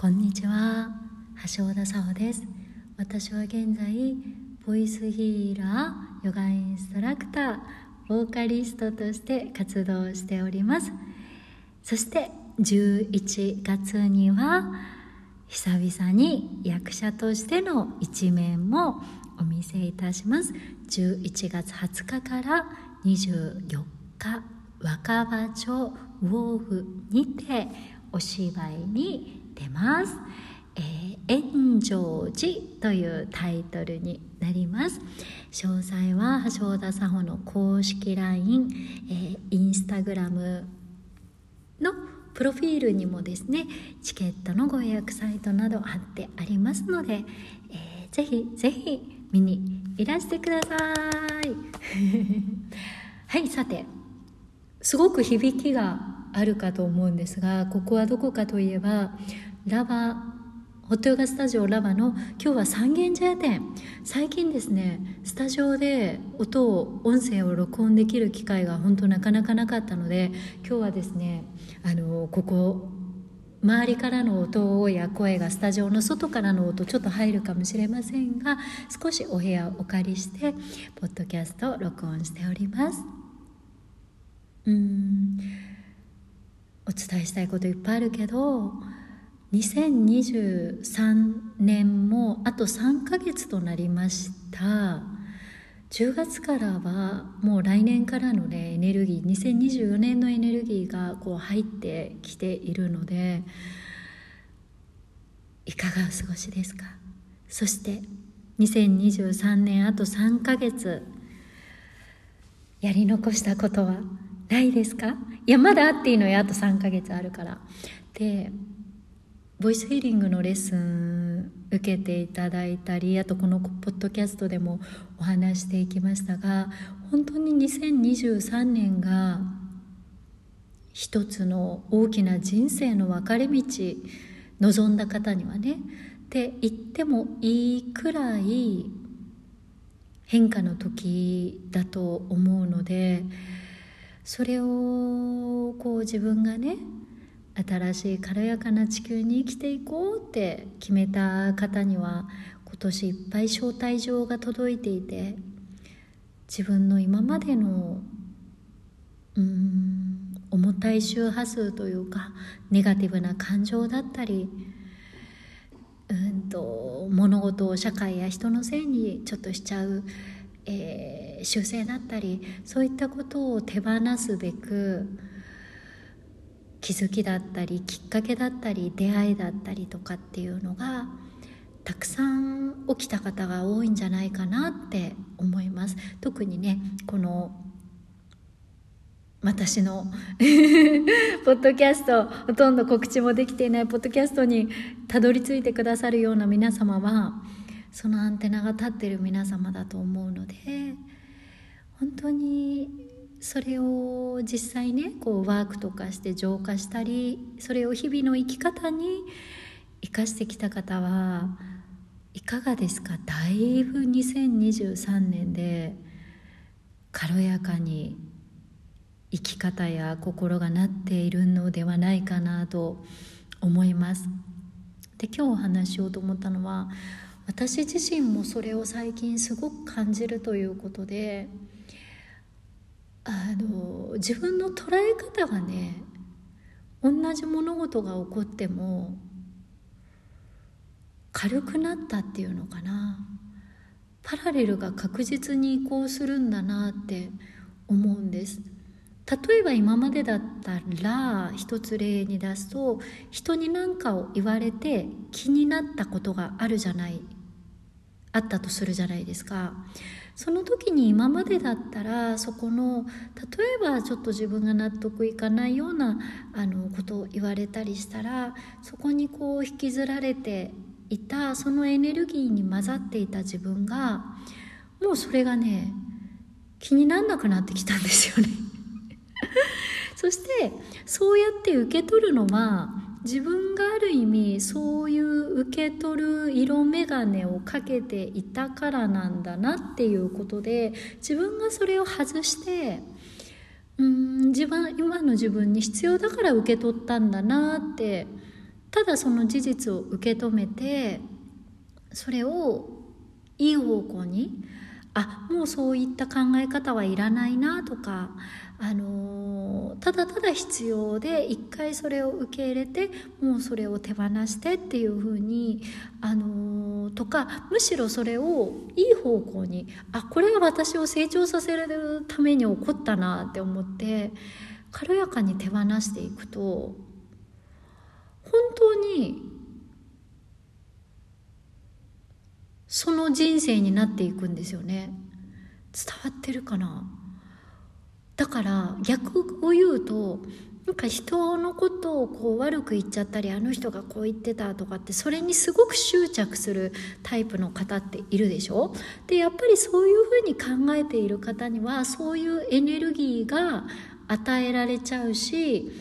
こんにちは、橋尾田沙穂です。私は現在ボイスヒーラー、ヨガインストラクター、ボーカリストとして活動しております。そして11月には久々に役者としての一面もお見せいたします。11月20日から24日若葉町ウォーフにてお芝居に出ます。炎上寺というタイトルになります。詳細は橋尾田沙穂の公式 LINE、インスタグラムのプロフィールにもですね、チケットのご予約サイトなど貼ってありますので、ぜひぜひ見にいらしてくださいはい、さてすごく響きがあるかと思うんですが、ここはどこかといえばラバホットヨガスタジオラバの今日は三軒茶屋店。最近ですね、スタジオで音声を録音できる機会が本当なかなかなかったので、今日はですね、ここ周りからの音や声がスタジオの外からの音ちょっと入るかもしれませんが、少しお部屋をお借りしてポッドキャストを録音しております。お伝えしたいこといっぱいあるけど、2023年もあと3ヶ月となりました。10月からはもう来年からのね、エネルギー、2024年のエネルギーがこう入ってきているので、いかがお過ごしですか？そして2023年あと3ヶ月やり残したことはないですか？いや、まだあっていいのよ、あと3ヶ月あるから。で、ボイスヒーリングのレッスン受けていただいたり、あとこのポッドキャストでもお話していきましたが、本当に2023年が一つの大きな人生の分かれ道、望んだ方にはねって言ってもいいくらい変化の時だと思うので、それをこう自分がね、新しい軽やかな地球に生きていこうって決めた方には、今年いっぱい招待状が届いていて、自分の今までの重たい周波数というか、ネガティブな感情だったり、物事を社会や人のせいにちょっとしちゃう、習性だったり、そういったことを手放すべく、気づきだったりきっかけだったり出会いだったりとかっていうのがたくさん起きた方が多いんじゃないかなって思います。特にね、この私のポッドキャスト、ほとんど告知もできていないポッドキャストにたどり着いてくださるような皆様は、そのアンテナが立っている皆様だと思うので、本当にそれを実際ね、こうワークとかして浄化したり、それを日々の生き方に生かしてきた方はいかがですか？だいぶ2023年で軽やかに生き方や心がなっているのではないかなと思います。で、今日お話ししようと思ったのは、私自身もそれを最近すごく感じるということで、自分の捉え方がね、同じ物事が起こっても軽くなったっていうのかな、パラレルが確実に移行するんだなって思うんです。例えば今までだったら、一つ例に出すと、人に何かを言われて気になったことがあったとするじゃないですか。その時に今までだったら、そこの例えばちょっと自分が納得いかないようなことを言われたりしたら、そこにこう引きずられていたそのエネルギーに混ざっていた自分が、もうそれがね、気にならなくなってきたんですよねそしてそうやって受け取るのは、自分がある意味そういう受け取る色眼鏡をかけていたからなんだなっていうことで、自分がそれを外して、今の自分に必要だから受け取ったんだなってただその事実を受け止めて、それをいい方向に、もうそういった考え方はいらないなとか、ただただ必要で一回それを受け入れて、もうそれを手放してっていう風に、とか、むしろそれをいい方向に、これは私を成長させるために起こったなって思って軽やかに手放していくと、本当にその人生になっていくんですよね。伝わってるかな。だから逆を言うと、なんか人のことをこう悪く言っちゃったり、あの人がこう言ってたとかって、それにすごく執着するタイプの方っているでしょ。でやっぱりそういうふうに考えている方には、そういうエネルギーが与えられちゃうし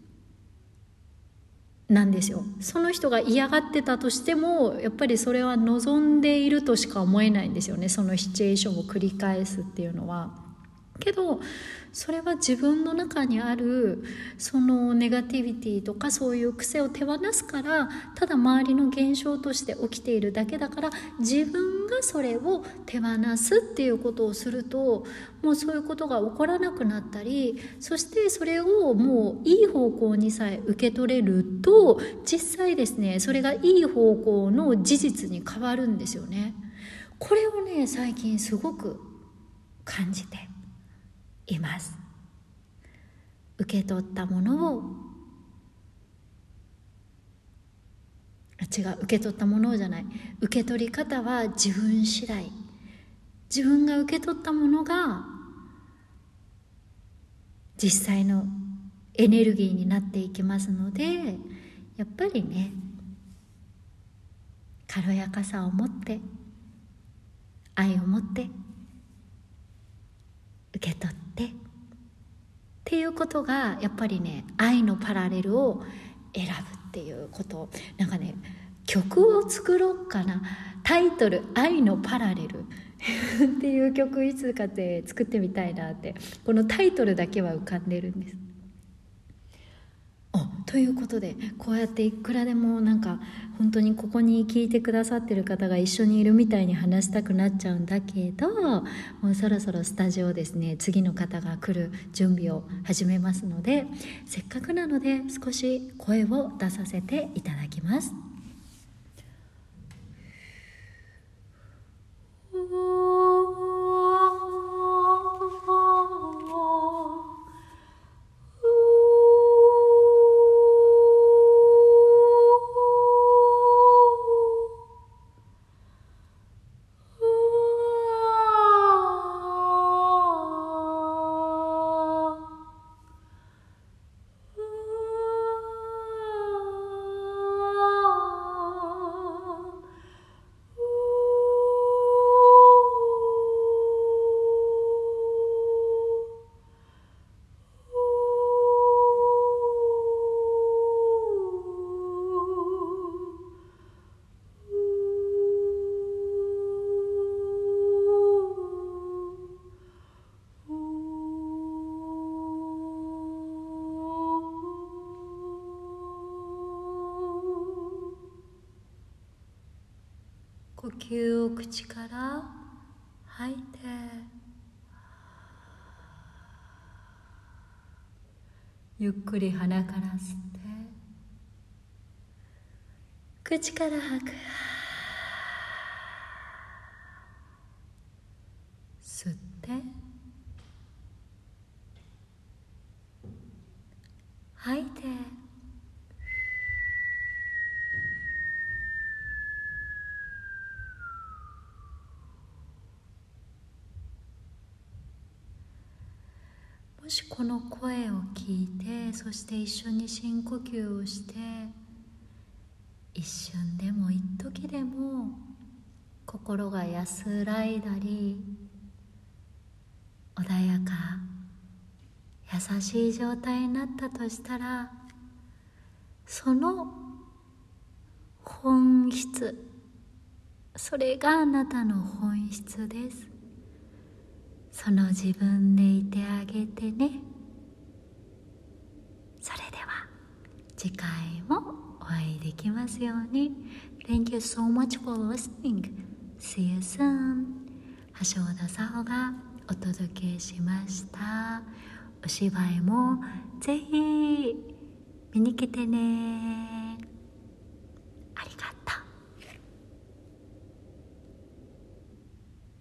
なんですよ。その人が嫌がってたとしても、やっぱりそれは望んでいるとしか思えないんですよね、そのシチュエーションを繰り返すっていうのは。けどそれは自分の中にあるそのネガティビティとか、そういう癖を手放すから、ただ周りの現象として起きているだけだから、自分がそれを手放すっていうことをすると、もうそういうことが起こらなくなったり、そしてそれをもういい方向にさえ受け取れると、実際ですね、それがいい方向の事実に変わるんですよね。これをね、最近すごく感じています。受け取ったものを、受け取ったものをじゃない、受け取り方は自分次第。自分が受け取ったものが実際のエネルギーになっていきますので、やっぱりね、軽やかさを持って、愛を持って受け取ってっていうことが、やっぱりね、愛のパラレルを選ぶっていうこと。なんかね、曲を作ろうかな。タイトル「愛のパラレル」っていう曲いつかって作ってみたいなって、このタイトルだけは浮かんでるんです。ということで、こうやっていくらでもなんか本当にここに聞いてくださってる方が一緒にいるみたいに話したくなっちゃうんだけど、もうそろそろスタジオですね、次の方が来る準備を始めますので、せっかくなので少し声を出させていただきます。呼吸を口から吐いて、ゆっくり鼻から吸って口から吐く。吸って吐いて、もしこの声を聞いて、そして一緒に深呼吸をして、一瞬でも一時でも心が安らいだり、穏やか優しい状態になったとしたら、その本質、それがあなたの本質です。その自分でいてあげてね。それでは次回もお会いできますように。 Thank you so much for listening. See you soon. 橋田沙穂がお届けしました。お芝居もぜひ見に来てね。